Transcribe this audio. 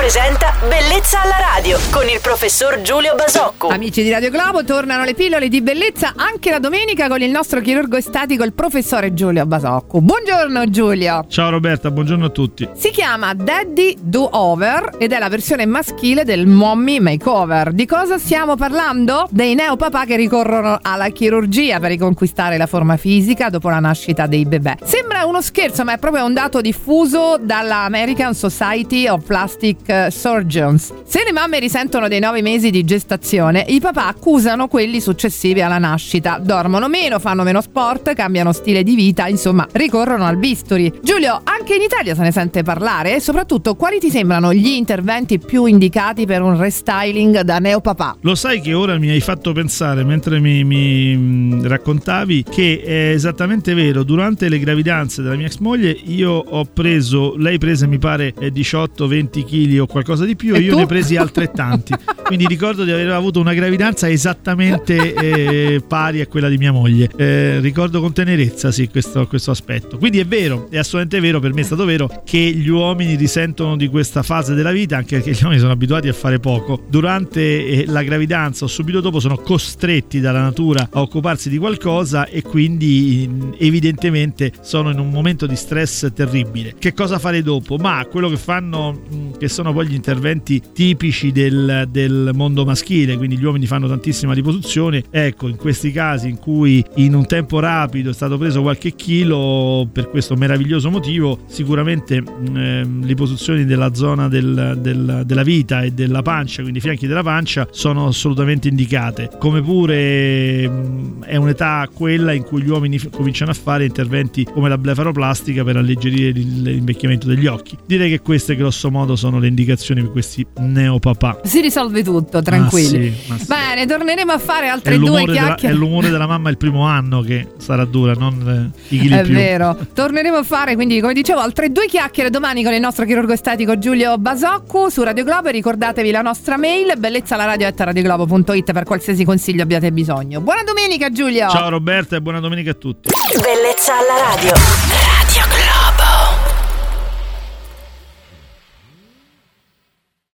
presenta Bellezza alla radio con il professor Giulio Basocco. Amici di Radio Globo, tornano le pillole di bellezza anche la domenica con il nostro chirurgo estetico, il professore Giulio Basocco. Buongiorno Giulio. Ciao Roberta, buongiorno a tutti. Si chiama Daddy Do Over ed è la versione maschile del Mommy Makeover. Di cosa stiamo parlando? Dei neopapà che ricorrono alla chirurgia per riconquistare la forma fisica dopo la nascita dei bebè. Sembra uno scherzo, ma è proprio un dato diffuso dalla American Society of Plastic Surgeons. Se le mamme risentono dei 9 mesi di gestazione, i papà accusano quelli successivi alla nascita. Dormono meno, fanno meno sport, cambiano stile di vita, insomma, ricorrono al bisturi. Giulio, anche in Italia se ne sente parlare e soprattutto quali ti sembrano gli interventi più indicati per un restyling da neopapà? Lo sai che ora mi hai fatto pensare, mentre mi raccontavi, che è esattamente vero. Durante le gravidanze della mia ex moglie io ho preso, lei prese mi pare 18-20 kg o qualcosa di più, e io tu? ne presi altrettanti. Quindi ricordo di aver avuto una gravidanza esattamente pari a quella di mia moglie. Ricordo con tenerezza questo aspetto. Quindi è vero, è assolutamente vero, per me è stato vero che gli uomini risentono di questa fase della vita, anche perché gli uomini sono abituati a fare poco. Durante la gravidanza o subito dopo sono costretti dalla natura a occuparsi di qualcosa e quindi evidentemente sono in un momento di stress terribile. Che cosa fare dopo? Ma quello che fanno, che sono poi gli interventi tipici del mondo maschile, quindi gli uomini fanno tantissima liposuzione. Ecco, in questi casi in cui in un tempo rapido è stato preso qualche chilo per questo meraviglioso motivo, sicuramente liposuzioni della zona della vita e della pancia, quindi i fianchi della pancia, sono assolutamente indicate. Come pure è un'età quella in cui gli uomini cominciano a fare interventi come la blefaroplastica per alleggerire l'invecchiamento degli occhi. Direi che queste grosso modo sono le indicazioni per questi neopapà. Si risolve tutto, tranquilli. Ma sì. Bene, torneremo a fare altre due chiacchiere. È l'umore della mamma il primo anno che sarà dura, non i chili È più. vero. Torneremo a fare, quindi, come dicevo, altre due chiacchiere domani con il nostro chirurgo estetico Giulio Basocco su Radio Globo. E ricordatevi la nostra mail bellezzalaradio@radioglobo.it per qualsiasi consiglio abbiate bisogno. Buona domenica Giulio. Ciao Roberta e buona domenica a tutti. Bellezza alla radio.